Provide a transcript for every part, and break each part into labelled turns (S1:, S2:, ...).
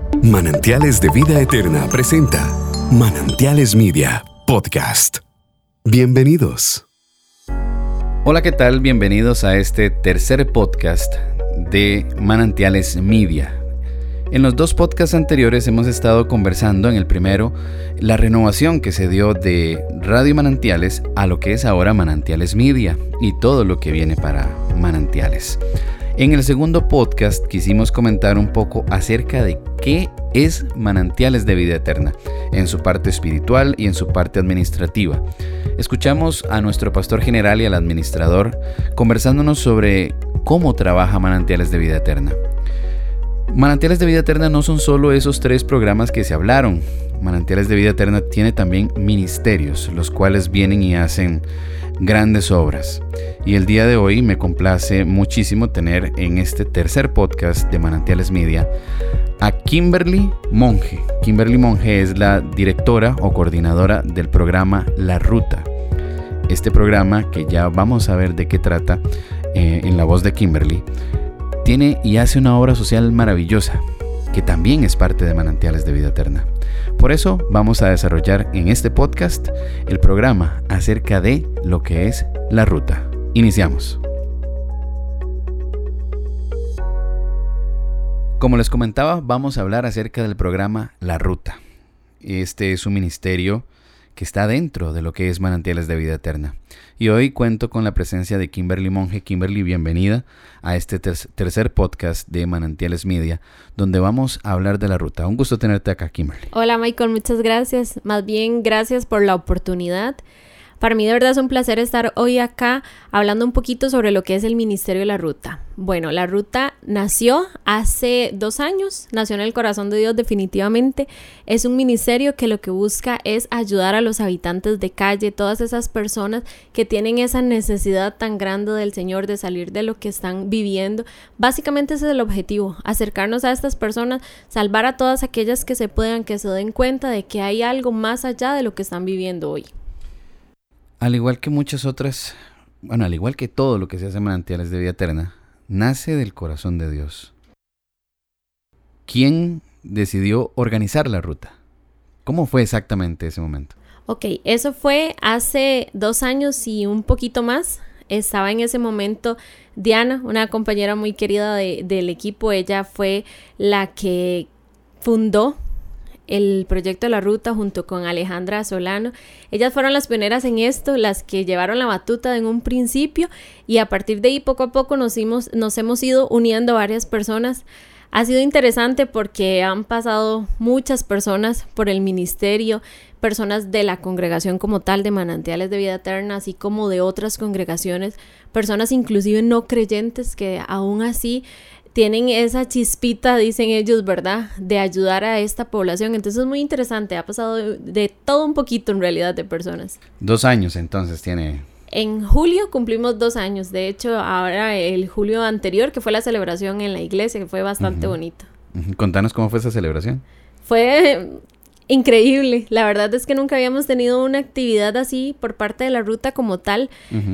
S1: Manantiales de Vida Eterna presenta Manantiales Media Podcast. Bienvenidos.
S2: Hola, ¿qué tal? Bienvenidos a este tercer podcast de Manantiales Media. En los dos podcasts anteriores hemos estado conversando, en el primero, la renovación que se dio de Radio Manantiales a lo que es ahora Manantiales Media y todo lo que viene para Manantiales. En el segundo podcast quisimos comentar un poco acerca de qué es Manantiales de Vida Eterna, en su parte espiritual y en su parte administrativa. Escuchamos a nuestro pastor general y al administrador conversándonos sobre cómo trabaja Manantiales de Vida Eterna. Manantiales de Vida Eterna no son solo esos 3 programas que se hablaron. Manantiales de Vida Eterna tiene también ministerios, los cuales vienen y hacen grandes obras. Y el día de hoy me complace muchísimo tener en este tercer podcast de Manantiales Media a Kimberly Monge. Kimberly Monge es la directora o coordinadora del programa La Ruta. Este programa, que ya vamos a ver de qué trata en la voz de Kimberly, tiene y hace una obra social maravillosa, que también es parte de Manantiales de Vida Eterna. Por eso vamos a desarrollar en este podcast el programa acerca de lo que es La Ruta. Iniciamos. Como les comentaba, vamos a hablar acerca del programa La Ruta. Este es un ministerio que está dentro de lo que es Manantiales de Vida Eterna. Y hoy cuento con la presencia de Kimberly Monge. Kimberly, bienvenida a este tercer podcast de Manantiales Media, donde vamos a hablar de La Ruta. Un gusto tenerte acá, Kimberly.
S3: Hola, Michael, muchas gracias. Más bien, gracias por la oportunidad. Para mí de verdad es un placer estar hoy acá hablando un poquito sobre lo que es el Ministerio de La Ruta. Bueno, La Ruta nació hace 2 años, nació en el corazón de Dios definitivamente. Es un ministerio que lo que busca es ayudar a los habitantes de calle, todas esas personas que tienen esa necesidad tan grande del Señor de salir de lo que están viviendo. Básicamente ese es el objetivo, acercarnos a estas personas, salvar a todas aquellas que se puedan, que se den cuenta de que hay algo más allá de lo que están viviendo hoy.
S2: Al igual que muchas otras, al igual que todo lo que se hace en Manantiales de Vida Eterna, nace del corazón de Dios. ¿Quién decidió organizar la ruta? ¿Cómo fue exactamente ese momento?
S3: Ok, eso fue hace 2 años y un poquito más. Estaba en ese momento Diana, una compañera muy querida del equipo. Ella fue la que fundó el proyecto de La Ruta junto con Alejandra Solano. Ellas fueron las pioneras en esto, las que llevaron la batuta en un principio, y a partir de ahí poco a poco nos hemos ido uniendo varias personas. Ha sido interesante porque han pasado muchas personas por el ministerio, personas de la congregación como tal de Manantiales de Vida Eterna, así como de otras congregaciones, personas inclusive no creyentes que aún así tienen esa chispita, dicen ellos, ¿verdad?, de ayudar a esta población. Entonces es muy interesante, ha pasado de todo un poquito en realidad de personas.
S2: 2 años entonces tiene.
S3: En julio cumplimos 2 años, de hecho ahora el julio anterior, que fue la celebración en la iglesia, que fue bastante bonito.
S2: Contanos cómo fue esa celebración.
S3: Fue increíble, la verdad es que nunca habíamos tenido una actividad así por parte de La Ruta como tal.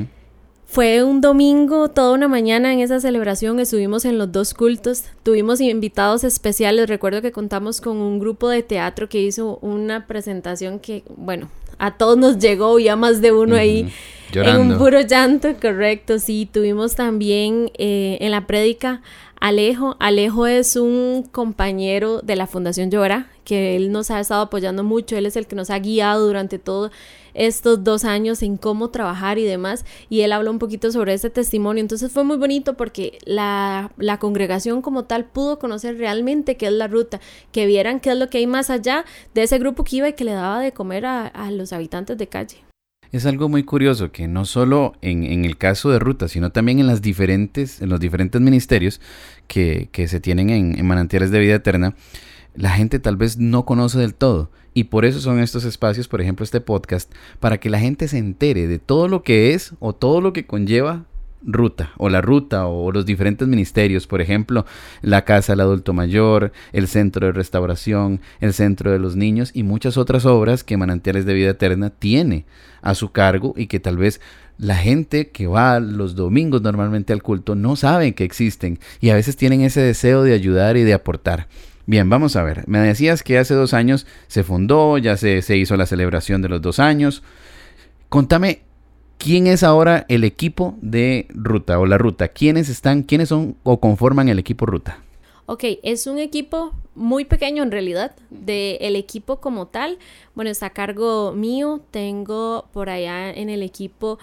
S3: Fue un domingo, toda una mañana en esa celebración, estuvimos en los 2 cultos, tuvimos invitados especiales. Recuerdo que contamos con un grupo de teatro que hizo una presentación que, bueno, a todos nos llegó, ya más de uno ahí llorando. En un puro llanto, correcto, sí. Tuvimos también en la prédica Alejo. Alejo es un compañero de la Fundación Llora, que él nos ha estado apoyando mucho. Él es el que nos ha guiado durante todos estos 2 años en cómo trabajar y demás, y él habló un poquito sobre ese testimonio. Entonces fue muy bonito porque la congregación como tal pudo conocer realmente qué es La Ruta, que vieran qué es lo que hay más allá de ese grupo que iba y que le daba de comer a los habitantes de calle.
S2: Es algo muy curioso que no solo en el caso de Ruta, sino también en los diferentes ministerios que se tienen en Manantiales de Vida Eterna, la gente tal vez no conoce del todo. Y por eso son estos espacios, por ejemplo este podcast, para que la gente se entere de todo lo que es o todo lo que conlleva Ruta o La Ruta o los diferentes ministerios. Por ejemplo, la Casa del Adulto Mayor, el Centro de Restauración, el Centro de los Niños y muchas otras obras que Manantiales de Vida Eterna tiene a su cargo y que tal vez la gente que va los domingos normalmente al culto no sabe que existen y a veces tienen ese deseo de ayudar y de aportar. Bien, vamos a ver. Me decías que hace 2 años se fundó, ya se hizo la celebración de los 2 años. Contame, ¿quién es ahora el equipo de Ruta o la Ruta? ¿Quiénes son o conforman el equipo Ruta?
S3: Ok, es un equipo muy pequeño en realidad, del equipo como tal. Bueno, está a cargo mío, tengo por allá en el equipo,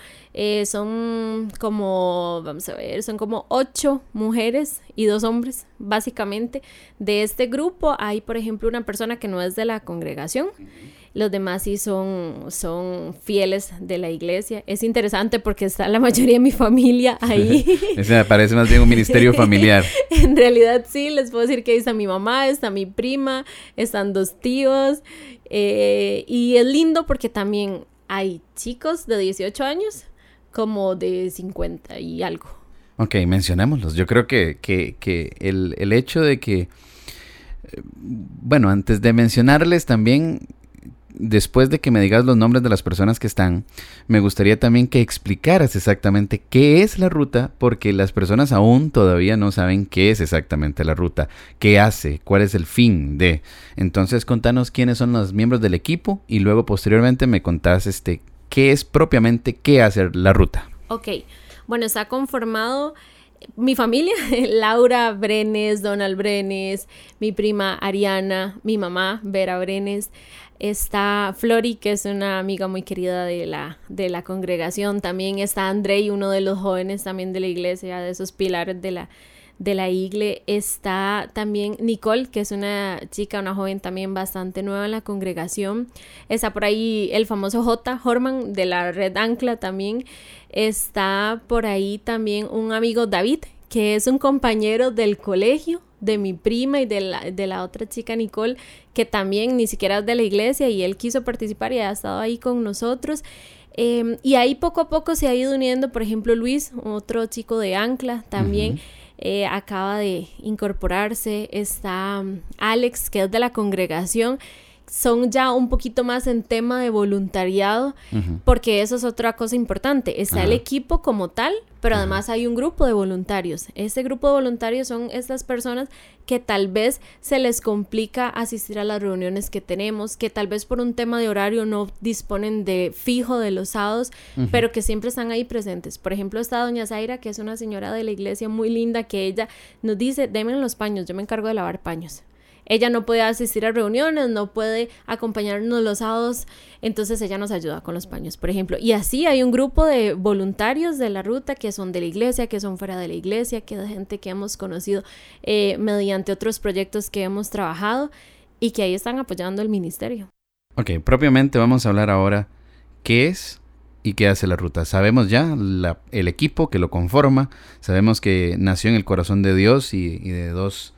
S3: son como 8 mujeres y 2 hombres, básicamente. De este grupo hay, por ejemplo, una persona que no es de la congregación. Los demás sí son fieles de la iglesia. Es interesante porque está la mayoría de mi familia ahí.
S2: Ese me parece más bien un ministerio familiar.
S3: En realidad sí, les puedo decir que ahí está mi mamá, está mi prima, están 2 tíos. Y es lindo porque también hay chicos de 18 años como de 50 y algo.
S2: Ok, mencionémoslos. Yo creo que el hecho de que... Bueno, antes de mencionarles también... Después de que me digas los nombres de las personas que están, me gustaría también que explicaras exactamente qué es la ruta, porque las personas aún todavía no saben qué es exactamente la ruta, qué hace, cuál es el fin de. Entonces, contanos quiénes son los miembros del equipo y luego posteriormente me contás qué es propiamente, qué hace la ruta.
S3: Ok, bueno, está conformado... Mi familia, Laura Brenes, Donald Brenes, mi prima Ariana, mi mamá Vera Brenes, está Flori, que es una amiga muy querida de la congregación, también está Andrei, uno de los jóvenes también de la iglesia, de esos pilares de la iglesia, está también Nicole, que es una joven también bastante nueva en la congregación, está por ahí el famoso J. Horman de la Red Ancla también, está por ahí también un amigo David, que es un compañero del colegio de mi prima y de la otra chica Nicole, que también ni siquiera es de la iglesia y él quiso participar y ha estado ahí con nosotros. Y ahí poco a poco se ha ido uniendo, por ejemplo, Luis, otro chico de Ancla también. Acaba de incorporarse, está Alex, que es de la congregación. Son ya un poquito más en tema de voluntariado, porque eso es otra cosa importante. Está el equipo como tal, pero además hay un grupo de voluntarios. Este grupo de voluntarios son estas personas que tal vez se les complica asistir a las reuniones que tenemos, que tal vez por un tema de horario no disponen de fijo de los sábados, pero que siempre están ahí presentes. Por ejemplo, está doña Zaira, que es una señora de la iglesia muy linda, que ella nos dice, denme los paños, yo me encargo de lavar paños. Ella no puede asistir a reuniones, no puede acompañarnos los sábados, entonces ella nos ayuda con los paños, por ejemplo. Y así hay un grupo de voluntarios de la ruta que son de la iglesia, que son fuera de la iglesia, que es gente que hemos conocido mediante otros proyectos que hemos trabajado y que ahí están apoyando el ministerio.
S2: Ok, propiamente vamos a hablar ahora qué es y qué hace la ruta. Sabemos ya el equipo que lo conforma, sabemos que nació en el corazón de Dios y de 2...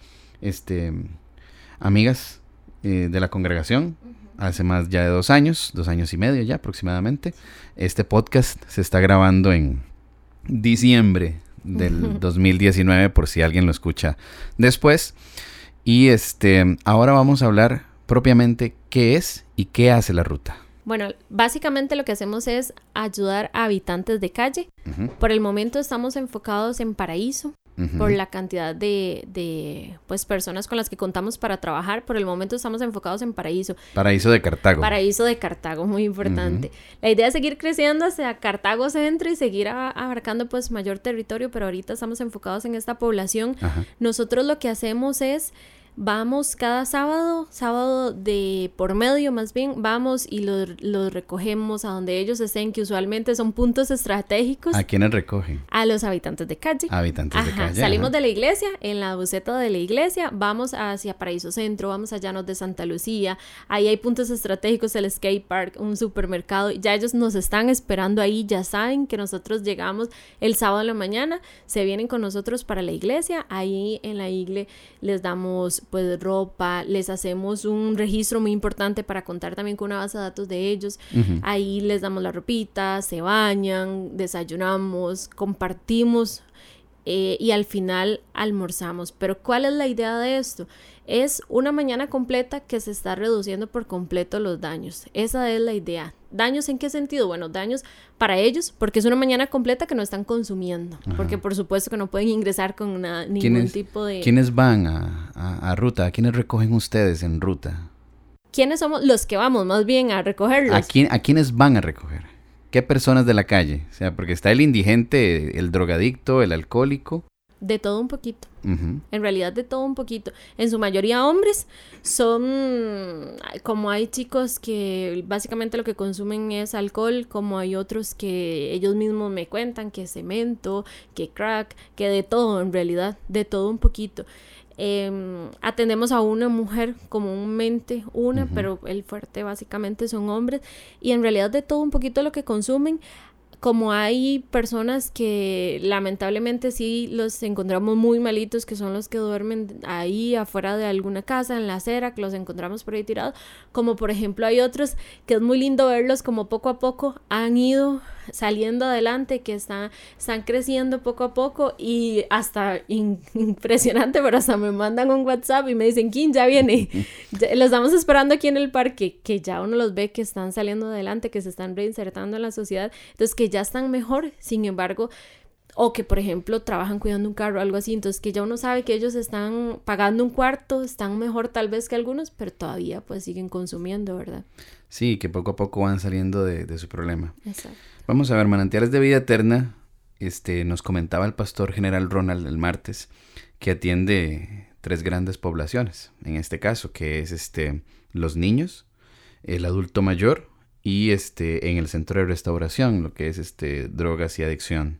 S2: amigas de la congregación hace más ya de 2 años, 2 años y medio ya aproximadamente. Este podcast se está grabando en diciembre del 2019 por si alguien lo escucha después. Y ahora vamos a hablar propiamente qué es y qué hace la ruta.
S3: Bueno, básicamente lo que hacemos es ayudar a habitantes de calle. Por el momento estamos enfocados en Paraíso. Por la cantidad de personas con las que contamos para trabajar. Por el momento estamos enfocados en Paraíso.
S2: Paraíso de Cartago.
S3: Paraíso de Cartago, muy importante. La idea es seguir creciendo hacia Cartago Centro y seguir abarcando pues mayor territorio, pero ahorita estamos enfocados en esta población. Nosotros lo que hacemos es... Vamos cada sábado de por medio más bien, vamos y los recogemos a donde ellos estén, que usualmente son puntos estratégicos.
S2: ¿A quiénes recogen?
S3: A los habitantes de calle.
S2: Habitantes de calle.
S3: Salimos de la iglesia, en la buseta de la iglesia, vamos hacia Paraíso Centro, vamos a Llanos de Santa Lucía, ahí hay puntos estratégicos, el skate park, un supermercado, ya ellos nos están esperando ahí, ya saben que nosotros llegamos el sábado en la mañana, se vienen con nosotros para la iglesia, ahí en la iglesia les damos pues ropa, les hacemos un registro muy importante para contar también con una base de datos de ellos. Ahí les damos la ropita, se bañan, desayunamos, compartimos y al final almorzamos. Pero ¿cuál es la idea de esto? Es una mañana completa que se está reduciendo por completo los daños. Esa es la idea. ¿Daños en qué sentido? Bueno, daños para ellos, porque es una mañana completa que no están consumiendo. Ajá. Porque por supuesto que no pueden ingresar con ningún tipo de...
S2: ¿Quiénes van a ruta? ¿A quiénes recogen ustedes en ruta?
S3: ¿Quiénes somos los que vamos más bien a recogerlos?
S2: ¿A quiénes van a recoger? ¿Qué personas de la calle? O sea, porque está el indigente, el drogadicto, el alcohólico.
S3: De todo un poquito. Uh-huh. En realidad de todo un poquito. En su mayoría hombres. Son como hay chicos que básicamente lo que consumen es alcohol, como hay otros que ellos mismos me cuentan que cemento, que crack, que de todo en realidad, de todo un poquito. Atendemos a una mujer comúnmente, uh-huh. Pero el fuerte básicamente son hombres, y en realidad de todo un poquito lo que consumen. Como hay personas que lamentablemente sí los encontramos muy malitos, que son los que duermen ahí afuera de alguna casa, en la acera, que los encontramos por ahí tirados, como por ejemplo hay otros que es muy lindo verlos como poco a poco han ido saliendo adelante, que están creciendo poco a poco, y hasta impresionante, pero hasta me mandan un WhatsApp y me dicen, Kim, ya viene, los estamos esperando aquí en el parque, que ya uno los ve que están saliendo adelante, que se están reinsertando en la sociedad, entonces que ya están mejor, sin embargo, o que por ejemplo trabajan cuidando un carro o algo así, entonces que ya uno sabe que ellos están pagando un cuarto, están mejor tal vez que algunos, pero todavía pues siguen consumiendo, ¿verdad?
S2: Sí, que poco a poco van saliendo de su problema.
S3: Exacto.
S2: Vamos a ver, Manantiales de Vida Eterna, nos comentaba el pastor general Ronald el martes, que atiende 3 grandes poblaciones, en este caso, que es los niños, el adulto mayor y en el centro de restauración, lo que es drogas y adicción.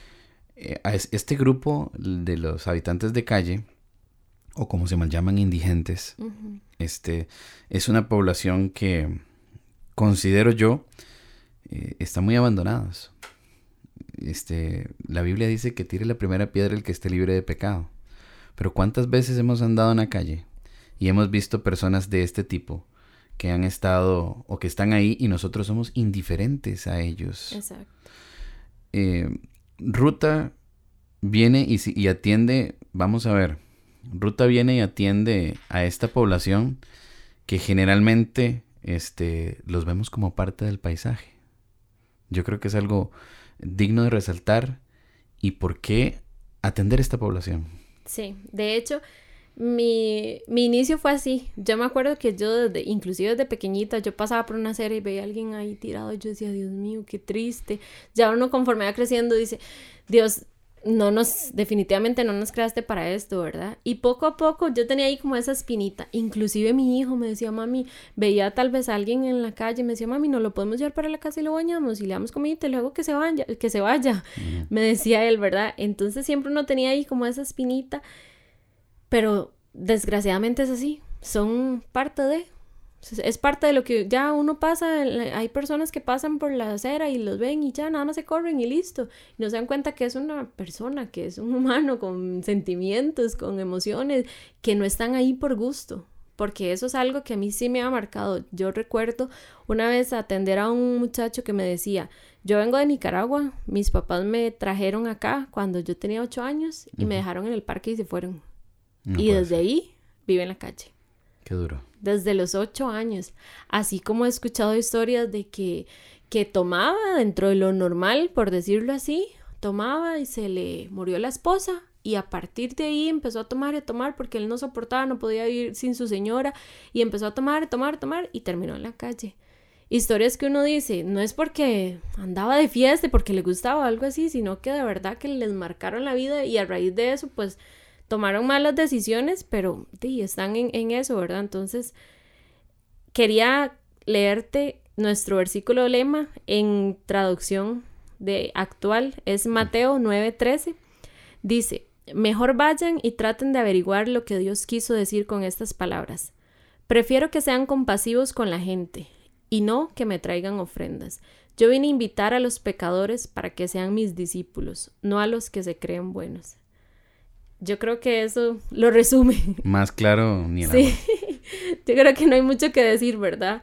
S2: Este grupo de los habitantes de calle, o como se llaman indigentes, uh-huh. Es una población que considero yo están muy abandonados. La Biblia dice que tire la primera piedra el que esté libre de pecado. Pero ¿cuántas veces hemos andado en la calle y hemos visto personas de este tipo que han estado o que están ahí y nosotros somos indiferentes a ellos?
S3: Exacto.
S2: Ruta viene y atiende, vamos a ver, Ruta viene y atiende a esta población que generalmente los vemos como parte del paisaje. Yo creo que es algo digno de resaltar. ¿Y por qué atender esta población?
S3: Sí, de hecho, mi inicio fue así. Yo me acuerdo que yo inclusive desde pequeñita, yo pasaba por una acera y veía a alguien ahí tirado y yo decía, Dios mío, qué triste. Ya uno conforme va creciendo dice, Dios, definitivamente no nos creaste para esto, ¿verdad? Y poco a poco yo tenía ahí como esa espinita. Inclusive mi hijo me decía, mami, veía tal vez a alguien en la calle, me decía, mami, no lo podemos llevar para la casa y lo bañamos y le damos comida y luego que se vaya. Uh-huh. Me decía él, ¿verdad? Entonces siempre uno tenía ahí como esa espinita, pero desgraciadamente es así, son parte de... Es parte de lo que ya uno pasa. Hay personas que pasan por la acera y los ven y ya nada más se corren y listo, y no se dan cuenta que es una persona, que es un humano con sentimientos, con emociones, que no están ahí por gusto, porque eso es algo que a mí sí me ha marcado. Yo recuerdo una vez atender a un muchacho que me decía, yo vengo de Nicaragua, mis papás me trajeron acá cuando yo tenía 8 años y uh-huh. me dejaron en el parque y se fueron, y desde ahí vive en la calle.
S2: Qué duro.
S3: Desde los 8 años. Así como he escuchado historias de que tomaba dentro de lo normal, por decirlo así, tomaba y se le murió la esposa y a partir de ahí empezó a tomar y a tomar porque él no soportaba, no podía vivir sin su señora y empezó a tomar y terminó en la calle. Historias que uno dice, no es porque andaba de fiesta, porque le gustaba o algo así, sino que de verdad que les marcaron la vida y a raíz de eso pues tomaron malas decisiones, pero sí, están en eso, ¿verdad? Entonces, quería leerte nuestro versículo lema en traducción de actual, es Mateo 9:13. Dice, mejor vayan y traten de averiguar lo que Dios quiso decir con estas palabras. Prefiero que sean compasivos con la gente y no que me traigan ofrendas. Yo vine a invitar a los pecadores para que sean mis discípulos, no a los que se creen buenos. Yo creo que eso lo resume.
S2: Más claro ni el
S3: agua. Sí, yo creo que no hay mucho que decir, ¿verdad?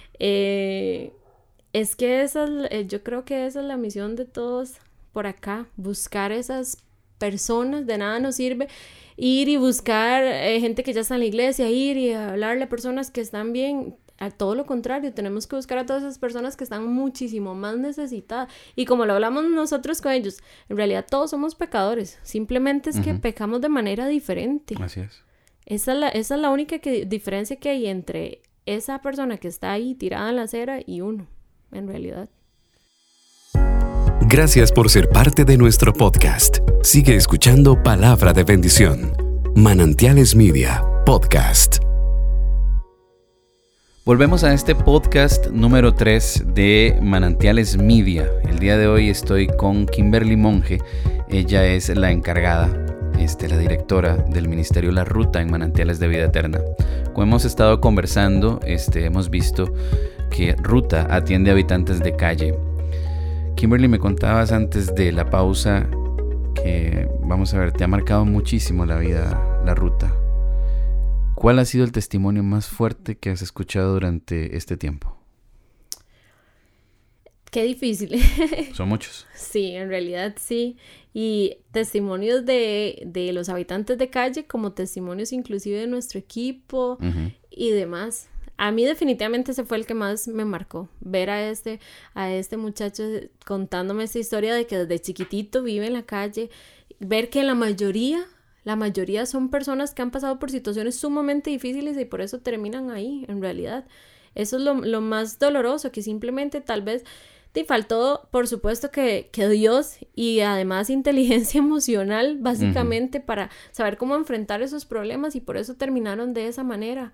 S3: Es que yo creo que esa es la misión de todos por acá, buscar esas personas, de nada nos sirve ir y buscar gente que ya está en la iglesia, ir y hablarle a personas que están bien. A todo lo contrario, tenemos que buscar a todas esas personas que están muchísimo más necesitadas. Y como lo hablamos nosotros con ellos, en realidad todos somos pecadores. Simplemente es que pecamos de manera diferente.
S2: Así es.
S3: Esa es la única diferencia que hay entre esa persona que está ahí tirada en la acera y uno, en realidad.
S1: Gracias por ser parte de nuestro podcast. Sigue escuchando Palabra de Bendición. Manantiales Media, podcast.
S2: Volvemos a este podcast número 3 de Manantiales Media. El día de hoy estoy con Kimberly Monge. Ella es la encargada, la directora del Ministerio La Ruta en Manantiales de Vida Eterna. Como hemos estado conversando, hemos visto que Ruta atiende a habitantes de calle. Kimberly, me contabas antes de la pausa que, vamos a ver, te ha marcado muchísimo la vida La Ruta. ¿Cuál ha sido el testimonio más fuerte que has escuchado durante este tiempo?
S3: Qué difícil.
S2: Son muchos.
S3: Sí, en realidad sí. Y testimonios de los habitantes de calle, como testimonios inclusive de nuestro equipo y demás. A mí definitivamente ese fue el que más me marcó. Ver a este muchacho contándome esta historia de que desde chiquitito vive en la calle. Ver que la mayoría son personas que han pasado por situaciones sumamente difíciles y por eso terminan ahí, en realidad. Eso es lo más doloroso, que simplemente tal vez te faltó, por supuesto, que Dios y además inteligencia emocional, básicamente, para saber cómo enfrentar esos problemas y por eso terminaron de esa manera.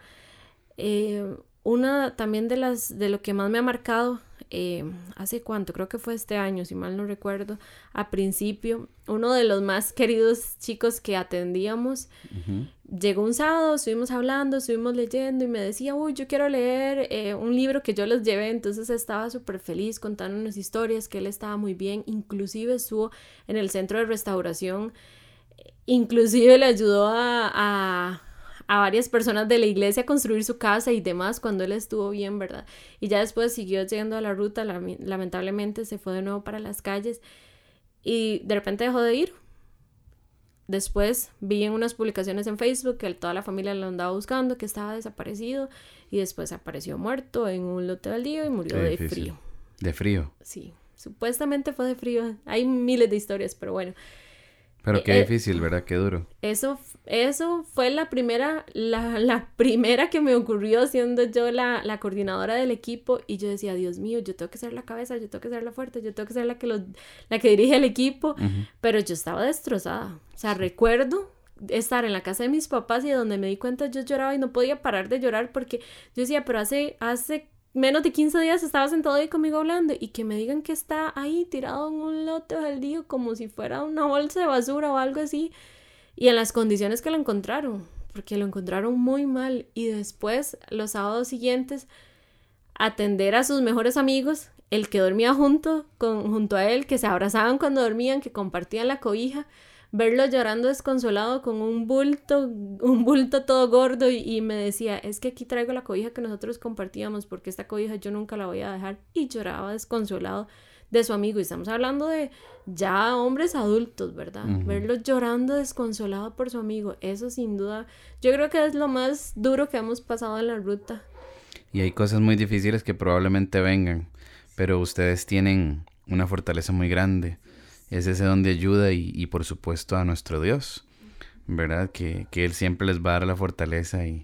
S3: Una también de lo que más me ha marcado, hace cuánto, creo que fue este año, si mal no recuerdo, a principio, uno de los más queridos chicos que atendíamos, llegó un sábado, estuvimos hablando, estuvimos leyendo y me decía, yo quiero leer un libro que yo les llevé, entonces estaba súper feliz contándonos historias, que él estaba muy bien, inclusive estuvo en el centro de restauración, inclusive le ayudó a varias personas de la iglesia a construir su casa y demás cuando él estuvo bien, ¿verdad? Y ya después siguió llegando a La Ruta, lamentablemente se fue de nuevo para las calles y de repente dejó de ir. Después vi en unas publicaciones en Facebook que toda la familia lo andaba buscando, que estaba desaparecido y después apareció muerto en un lote baldío y murió de frío.
S2: ¿De frío?
S3: Sí, supuestamente fue de frío. Hay miles de historias, pero bueno.
S2: Pero qué difícil, ¿verdad? Qué duro.
S3: Eso fue la primera que me ocurrió siendo yo la coordinadora del equipo y yo decía, Dios mío, yo tengo que ser la cabeza, yo tengo que ser la fuerte, yo tengo que ser la que dirige el equipo, pero yo estaba destrozada. O sea, recuerdo estar en la casa de mis papás y donde me di cuenta yo lloraba y no podía parar de llorar porque yo decía, pero hace menos de 15 días estaba sentado ahí conmigo hablando y que me digan que está ahí tirado en un lote baldío como si fuera una bolsa de basura o algo así y en las condiciones que lo encontraron, porque lo encontraron muy mal y después los sábados siguientes atender a sus mejores amigos, el que dormía junto a él, que se abrazaban cuando dormían, que compartían la cobija, verlo llorando desconsolado con un bulto todo gordo y me decía, es que aquí traigo la cobija que nosotros compartíamos porque esta cobija yo nunca la voy a dejar y lloraba desconsolado de su amigo y estamos hablando de ya hombres adultos, ¿verdad? Verlo llorando desconsolado por su amigo, eso sin duda, yo creo que es lo más duro que hemos pasado en La Ruta.
S2: Y hay cosas muy difíciles que probablemente vengan, pero ustedes tienen una fortaleza muy grande. Es ese don de ayuda y por supuesto a nuestro Dios, ¿verdad? Que Él siempre les va a dar la fortaleza y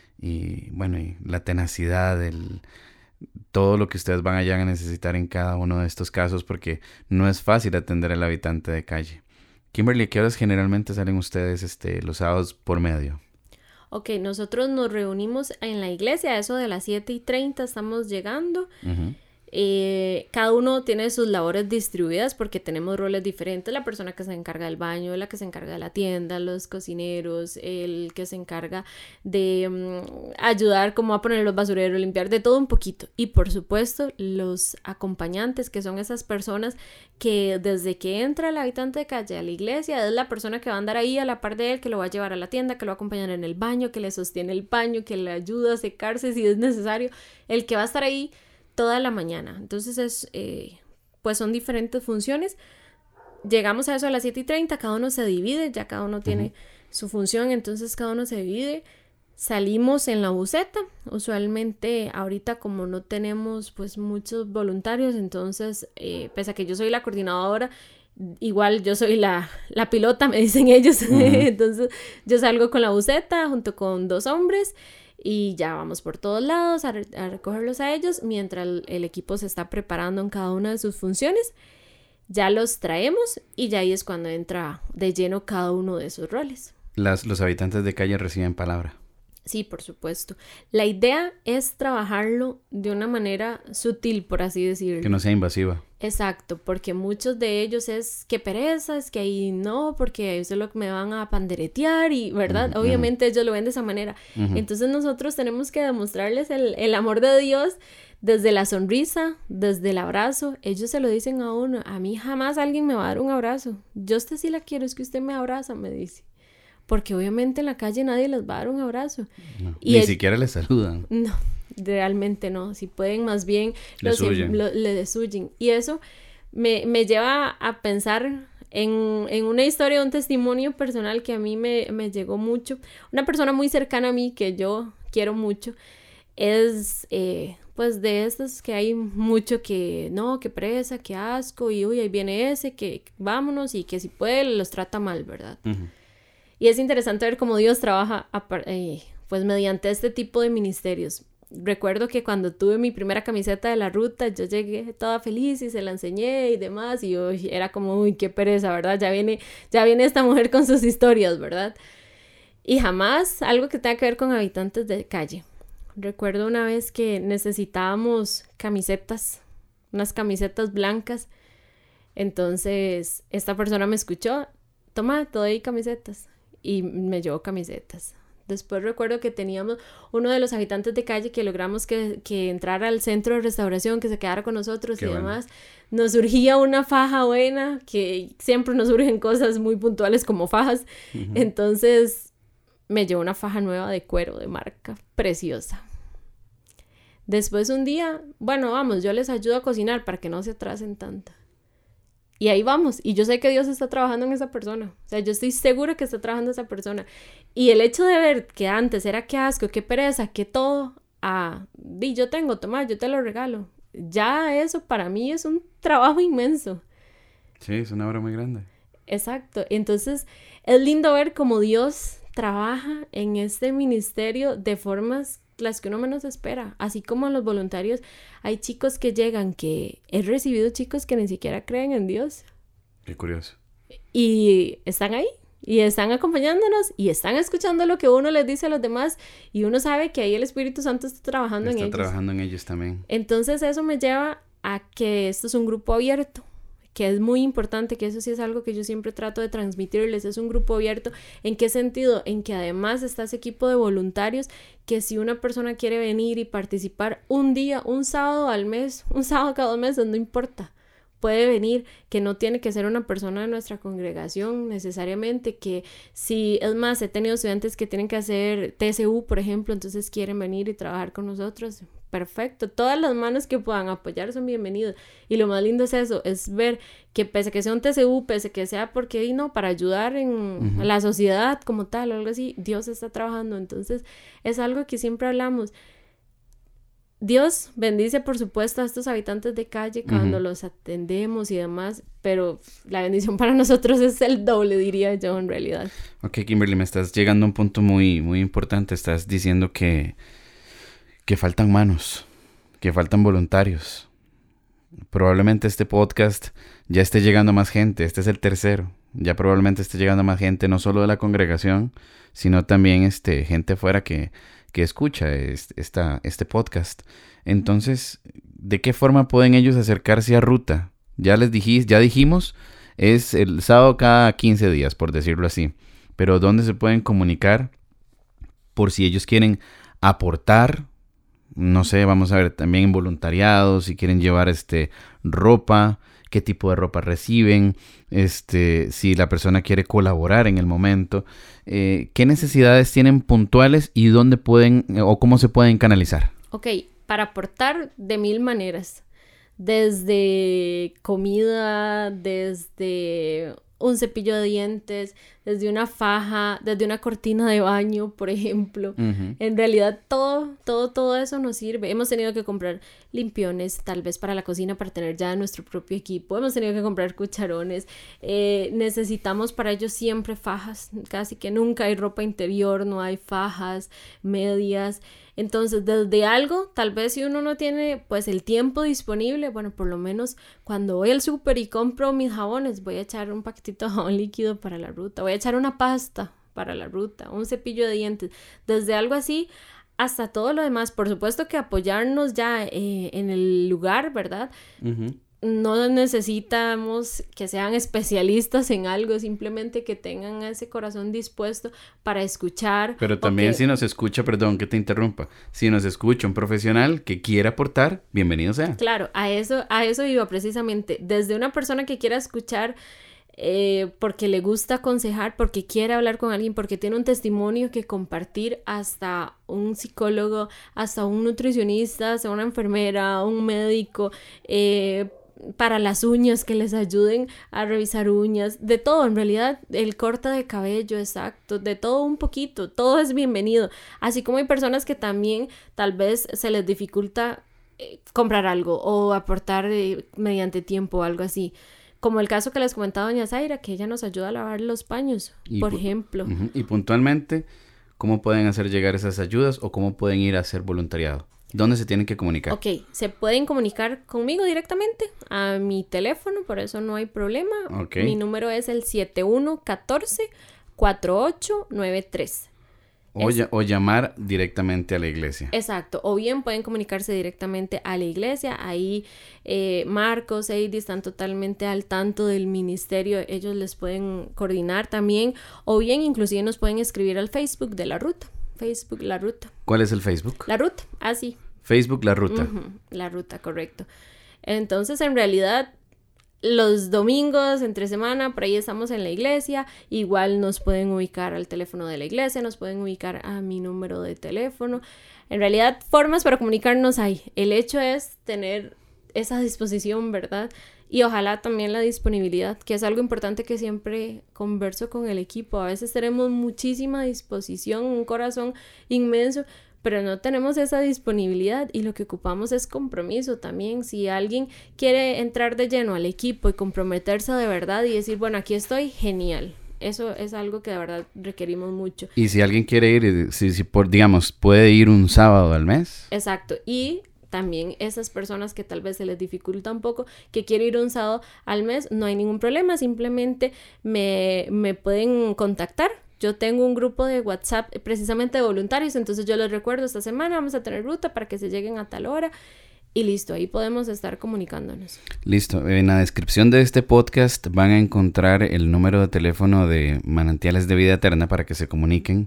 S2: la tenacidad, todo lo que ustedes van a necesitar en cada uno de estos casos, porque no es fácil atender al habitante de calle. Kimberly, ¿a qué horas generalmente salen ustedes los sábados por medio?
S3: Ok, nosotros nos reunimos en la iglesia, a eso de las 7:30 estamos llegando. Cada uno tiene sus labores distribuidas porque tenemos roles diferentes, la persona que se encarga del baño, la que se encarga de la tienda, los cocineros, el que se encarga de ayudar como a poner los basureros, limpiar, de todo un poquito, y por supuesto los acompañantes, que son esas personas que desde que entra el habitante de calle a la iglesia es la persona que va a andar ahí a la par de él, que lo va a llevar a la tienda, que lo va a acompañar en el baño, que le sostiene el paño, que le ayuda a secarse si es necesario, el que va a estar ahí toda la mañana. Entonces pues son diferentes funciones. llegamos a eso a las 7:30, cada uno se divide, ya cada uno tiene su función, entonces cada uno se divide. Salimos en la buseta. Usualmente ahorita como no tenemos pues muchos voluntarios, entonces pese a que yo soy la coordinadora, igual yo soy la pilota, me dicen ellos. Entonces yo salgo con la buseta junto con 2 hombres y ya vamos por todos lados a recogerlos a ellos mientras el equipo se está preparando en cada una de sus funciones. Ya los traemos y ya ahí es cuando entra de lleno cada uno de esos roles.
S2: Los habitantes de calle reciben palabra.
S3: Sí, por supuesto. La idea es trabajarlo de una manera sutil, por así decirlo.
S2: Que no sea invasiva.
S3: Exacto, porque muchos de ellos es que pereza, es que ahí no, porque eso es lo que me van a panderetear y, ¿verdad? Obviamente ellos lo ven de esa manera. Entonces nosotros tenemos que demostrarles el amor de Dios desde la sonrisa, desde el abrazo. Ellos se lo dicen a uno, a mí jamás alguien me va a dar un abrazo. Yo a usted sí la quiero, es que usted me abraza, me dice. Porque obviamente en la calle nadie les va a dar un abrazo.
S2: No, ni siquiera les saludan.
S3: No, realmente no. Si pueden, más bien
S2: les
S3: huyen. Y eso me lleva a pensar en una historia, un testimonio personal que a mí me llegó mucho. Una persona muy cercana a mí que yo quiero mucho es pues de estos que hay mucho que no, que presa, que asco y uy, ahí viene ese, que vámonos y que si puede los trata mal, ¿verdad? Y es interesante ver cómo Dios trabaja pues mediante este tipo de ministerios. Recuerdo que cuando tuve mi primera camiseta de la ruta, yo llegué toda feliz y se la enseñé y demás. Y uy, era como, uy, qué pereza, ¿verdad? Ya viene esta mujer con sus historias, ¿verdad? Y jamás algo que tenga que ver con habitantes de calle. Recuerdo una vez que necesitábamos camisetas, unas camisetas blancas. Entonces, esta persona me escuchó, toma, te doy camisetas. Y me llevó camisetas. Después recuerdo que teníamos uno de los habitantes de calle que logramos que entrara al centro de restauración, que se quedara con nosotros. Qué y bueno. Demás. Nos surgía una faja buena, que siempre nos surgen cosas muy puntuales como fajas. Entonces me llevó una faja nueva de cuero, de marca, preciosa. Después un día, bueno, vamos, yo les ayudo a cocinar para que no se atrasen tanto. Y ahí vamos. Y yo sé que Dios está trabajando en esa persona. O sea, yo estoy segura que está trabajando esa persona. Y el hecho de ver que antes era qué asco, qué pereza, qué todo, yo tengo, toma, yo te lo regalo. Ya eso para mí es un trabajo inmenso.
S2: Sí, es una obra muy grande.
S3: Exacto. Entonces, es lindo ver cómo Dios trabaja en este ministerio de formas las que uno menos espera, así como los voluntarios. Hay chicos que llegan, que he recibido chicos que ni siquiera creen en Dios.
S2: Qué curioso.
S3: Y están ahí, y están acompañándonos, y están escuchando lo que uno les dice a los demás, y uno sabe que ahí el Espíritu Santo está trabajando en ellos.
S2: Está trabajando en ellos también.
S3: Entonces eso me lleva a que esto es un grupo abierto, que es muy importante, que eso sí es algo que yo siempre trato de transmitirles, es un grupo abierto. ¿En qué sentido? En que además está ese equipo de voluntarios que si una persona quiere venir y participar un día, un sábado al mes, un sábado cada 2 meses, no importa, puede venir, que no tiene que ser una persona de nuestra congregación necesariamente, que si, es más, he tenido estudiantes que tienen que hacer TSU, por ejemplo, entonces quieren venir y trabajar con nosotros. Perfecto, todas las manos que puedan apoyar son bienvenidas. Y lo más lindo es eso, es ver que pese a que sea un TCU, pese a que sea porque no, para ayudar en la sociedad como tal o algo así, Dios está trabajando. Entonces es algo que siempre hablamos. Dios bendice, por supuesto, a estos habitantes de calle cuando los atendemos y demás, pero la bendición para nosotros es el doble, diría yo, en realidad.
S2: Ok, Kimberly, me estás llegando a un punto muy, muy importante. Estás diciendo que faltan manos, que faltan voluntarios. Probablemente este podcast ya esté llegando a más gente. Este es el tercero. Ya probablemente esté llegando a más gente, no solo de la congregación, sino también gente afuera que escucha este podcast. Entonces, ¿de qué forma pueden ellos acercarse a Ruta? Ya dijimos, es el sábado cada 15 días, por decirlo así. Pero ¿dónde se pueden comunicar por si ellos quieren aportar? No sé, vamos a ver también en voluntariado, si quieren llevar ropa, qué tipo de ropa reciben, si la persona quiere colaborar en el momento, qué necesidades tienen puntuales y dónde pueden o cómo se pueden canalizar.
S3: Ok, para aportar de 1000 maneras. desde comida, desde un cepillo de dientes, desde una faja, desde una cortina de baño, por ejemplo. En realidad todo eso nos sirve. Hemos tenido que comprar limpiones, tal vez para la cocina, para tener ya nuestro propio equipo. Hemos tenido que comprar cucharones. Necesitamos para ello siempre fajas. Casi que nunca hay ropa interior, no hay fajas, medias. Entonces, desde algo, tal vez si uno no tiene pues el tiempo disponible, bueno, por lo menos cuando voy al súper y compro mis jabones, voy a echar un paquetito de jabón líquido para la ruta, voy a echar una pasta para la ruta, un cepillo de dientes, desde algo así hasta todo lo demás. Por supuesto que apoyarnos ya en el lugar, ¿verdad? No necesitamos que sean especialistas en algo, simplemente que tengan ese corazón dispuesto para escuchar.
S2: Pero también si nos escucha, perdón que te interrumpa, si nos escucha un profesional que quiera aportar, bienvenido sea.
S3: Claro, a eso iba precisamente, desde una persona que quiera escuchar porque le gusta aconsejar, porque quiere hablar con alguien, porque tiene un testimonio que compartir, hasta un psicólogo, hasta un nutricionista, hasta una enfermera, un médico, para las uñas, que les ayuden a revisar uñas, de todo en realidad, el corte de cabello, exacto, de todo un poquito, todo es bienvenido, así como hay personas que también tal vez se les dificulta comprar algo o aportar mediante tiempo o algo así, como el caso que les comentaba doña Zaira, que ella nos ayuda a lavar los paños, por ejemplo.
S2: Y puntualmente, ¿cómo pueden hacer llegar esas ayudas o cómo pueden ir a hacer voluntariado? ¿Dónde se tienen que comunicar?
S3: Ok, se pueden comunicar conmigo directamente a mi teléfono, por eso no hay problema.
S2: Okay.
S3: Mi número es el 7114-4893.
S2: O llamar directamente a la iglesia.
S3: Exacto, o bien pueden comunicarse directamente a la iglesia. Ahí Marcos, Heidi están totalmente al tanto del ministerio, ellos les pueden coordinar también, o bien inclusive nos pueden escribir al Facebook de La Ruta. Facebook La Ruta.
S2: ¿Cuál es el Facebook?
S3: La Ruta, así.
S2: Facebook La Ruta.
S3: La Ruta, correcto. Entonces, en realidad, los domingos, entre semana, por ahí estamos en la iglesia. Igual nos pueden ubicar al teléfono de la iglesia, nos pueden ubicar a mi número de teléfono. En realidad, formas para comunicarnos hay. El hecho es tener esa disposición, ¿verdad? Y ojalá también la disponibilidad, que es algo importante que siempre converso con el equipo. A veces tenemos muchísima disposición, un corazón inmenso, pero no tenemos esa disponibilidad, y lo que ocupamos es compromiso también. Si alguien quiere entrar de lleno al equipo y comprometerse de verdad y decir, bueno, aquí estoy, genial. Eso es algo que de verdad requerimos mucho.
S2: Y si alguien quiere ir, digamos, puede ir un sábado al mes.
S3: Exacto, y también esas personas que tal vez se les dificulta un poco, que quieren ir un sábado al mes, no hay ningún problema, simplemente me pueden contactar. Yo tengo un grupo de WhatsApp precisamente de voluntarios, entonces yo les recuerdo, esta semana vamos a tener ruta para que se lleguen a tal hora, y listo, ahí podemos estar comunicándonos.
S2: Listo, en la descripción de este podcast van a encontrar el número de teléfono de Manantiales de Vida Eterna para que se comuniquen,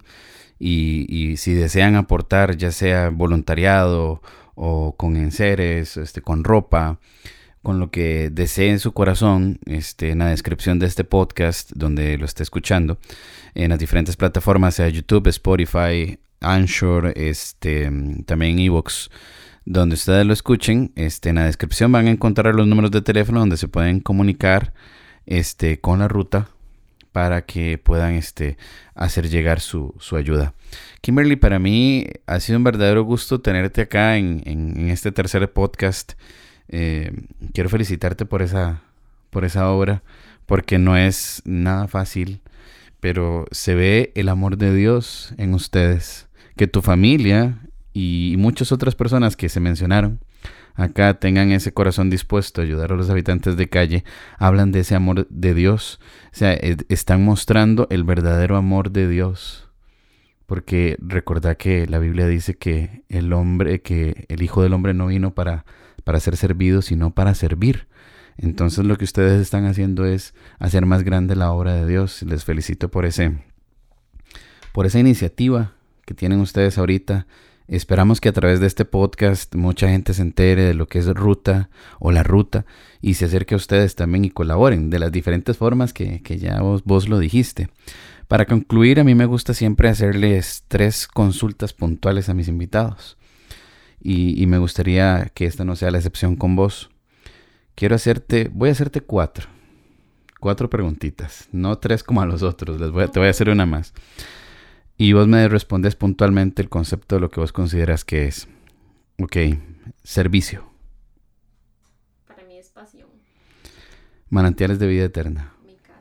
S2: y si desean aportar, ya sea voluntariado o con enseres, con ropa, con lo que desee en su corazón, en la descripción de este podcast, donde lo esté escuchando, en las diferentes plataformas, sea YouTube, Spotify, Anchor, también iVoox, donde ustedes lo escuchen, en la descripción van a encontrar los números de teléfono donde se pueden comunicar con la ruta para que puedan hacer llegar su ayuda. Kimberly, para mí ha sido un verdadero gusto tenerte acá en este tercer podcast. Quiero felicitarte por esa obra, porque no es nada fácil, pero se ve el amor de Dios en ustedes. Que tu familia y muchas otras personas que se mencionaron acá tengan ese corazón dispuesto a ayudar a los habitantes de calle, hablan de ese amor de Dios. O sea, están mostrando el verdadero amor de Dios. Porque recordad que la Biblia dice que el Hijo del Hombre no vino para ser servido, sino para servir. Entonces lo que ustedes están haciendo es hacer más grande la obra de Dios. Les felicito por esa iniciativa que tienen ustedes ahorita. Esperamos que a través de este podcast mucha gente se entere de lo que es Ruta o La Ruta y se acerque a ustedes también y colaboren de las diferentes formas que ya vos lo dijiste. Para concluir, a mí me gusta siempre hacerles 3 consultas puntuales a mis invitados y me gustaría que esta no sea la excepción con vos. voy a hacerte 4 preguntitas, no 3 como a los otros, te voy a hacer una más. Y vos me respondes puntualmente el concepto de lo que vos consideras que es. Ok, servicio.
S3: Para mí es pasión.
S2: Manantiales de vida eterna.
S3: Mi casa.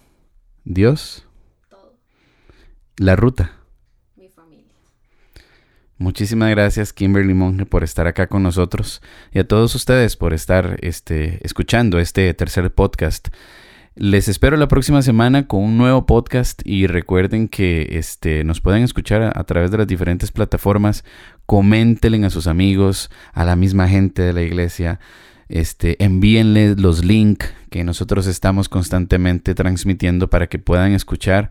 S2: Dios.
S3: Todo.
S2: La ruta.
S3: Mi familia.
S2: Muchísimas gracias, Kimberly Monge, por estar acá con nosotros y a todos ustedes por estar escuchando este tercer podcast. Les espero la próxima semana con un nuevo podcast y recuerden que nos pueden escuchar a través de las diferentes plataformas. Coméntenle a sus amigos, a la misma gente de la iglesia. Envíenle los links que nosotros estamos constantemente transmitiendo para que puedan escuchar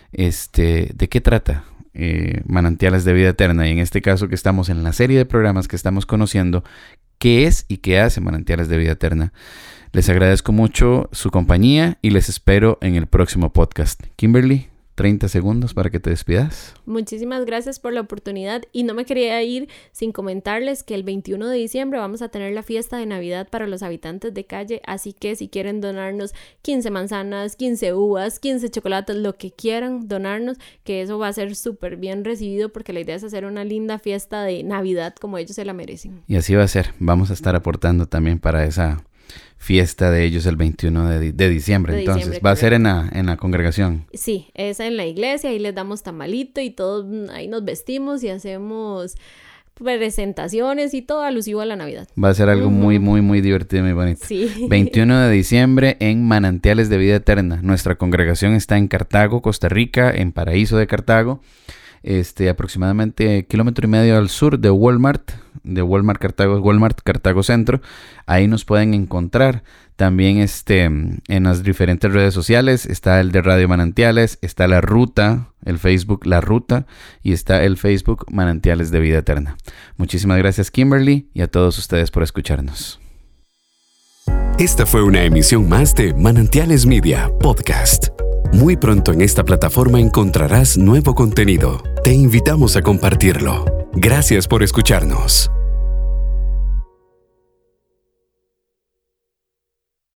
S2: de qué trata Manantiales de Vida Eterna. Y en este caso que estamos en la serie de programas que estamos conociendo, qué es y qué hace Manantiales de Vida Eterna. Les agradezco mucho su compañía y les espero en el próximo podcast. Kimberly, 30 segundos para que te despidas.
S3: Muchísimas gracias por la oportunidad y no me quería ir sin comentarles que el 21 de diciembre vamos a tener la fiesta de Navidad para los habitantes de calle, así que si quieren donarnos 15 manzanas, 15 uvas, 15 chocolates, lo que quieran donarnos, que eso va a ser súper bien recibido porque la idea es hacer una linda fiesta de Navidad como ellos se la merecen.
S2: Y así va a ser, vamos a estar aportando también para esa fiesta de ellos el 21 de diciembre. Entonces, ¿va a ser en la congregación?
S3: Sí, es en la iglesia, ahí les damos tamalito y todos ahí nos vestimos y hacemos presentaciones y todo alusivo a la Navidad.
S2: Va a ser algo muy, muy, muy divertido y muy bonito.
S3: Sí.
S2: 21 de diciembre en Manantiales de Vida Eterna. Nuestra congregación está en Cartago, Costa Rica, en Paraíso de Cartago. Aproximadamente 1,5 kilómetros al sur de Walmart Cartago Centro. Ahí nos pueden encontrar. También en las diferentes redes sociales está el de Radio Manantiales, está la ruta, el Facebook La Ruta y está el Facebook Manantiales de Vida Eterna. Muchísimas gracias, Kimberly, y a todos ustedes por escucharnos.
S1: Esta fue una emisión más de Manantiales Media Podcast. Muy pronto en esta plataforma encontrarás nuevo contenido. Te invitamos a compartirlo. Gracias por escucharnos.